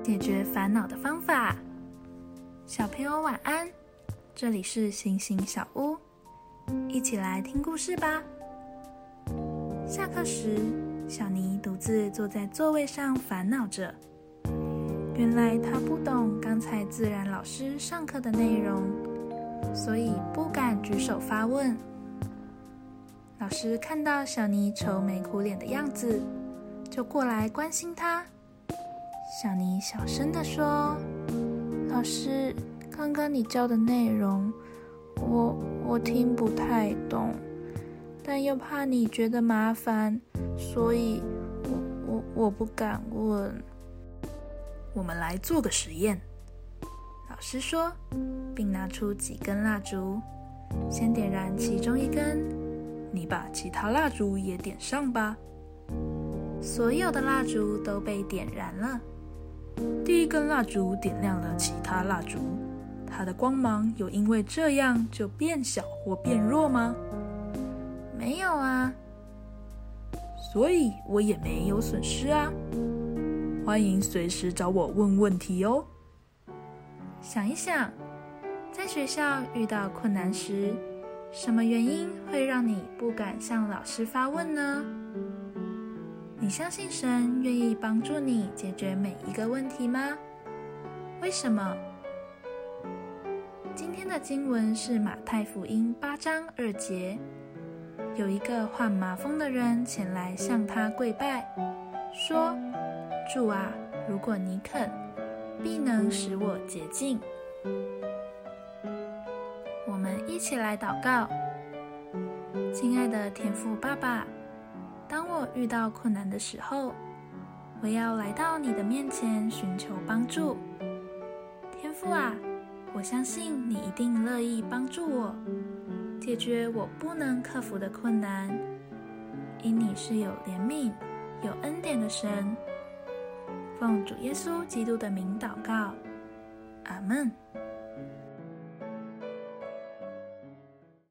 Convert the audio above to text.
解决烦恼的方法。小朋友晚安，这里是星星小屋，一起来听故事吧。下课时，小妮独自坐在座位上烦恼着。原来她不懂刚才自然老师上课的内容，所以不敢举手发问。老师看到小妮愁眉苦脸的样子，就过来关心她。小妮小声地说：“老师，刚刚你教的内容，我听不太懂，但又怕你觉得麻烦，所以我不敢问。”我们来做个实验，老师说，并拿出几根蜡烛，先点燃其中一根，你把其他蜡烛也点上吧。所有的蜡烛都被点燃了。第一根蜡烛点亮了其他蜡烛，它的光芒有因为这样就变小或变弱吗？没有啊，所以我也没有损失啊。欢迎随时找我问问题哦。想一想，在学校遇到困难时，什么原因会让你不敢向老师发问呢？你相信神愿意帮助你解决每一个问题吗？为什么？今天的经文是马太福音8章2节，有一个患麻风的人前来向他跪拜，说：“主啊，如果你肯，必能使我洁净。”我们一起来祷告。亲爱的天父爸爸，当我遇到困难的时候，我要来到你的面前寻求帮助。天父啊，我相信你一定乐意帮助我，解决我不能克服的困难，因你是有怜悯、有恩典的神。奉主耶稣基督的名祷告，阿们。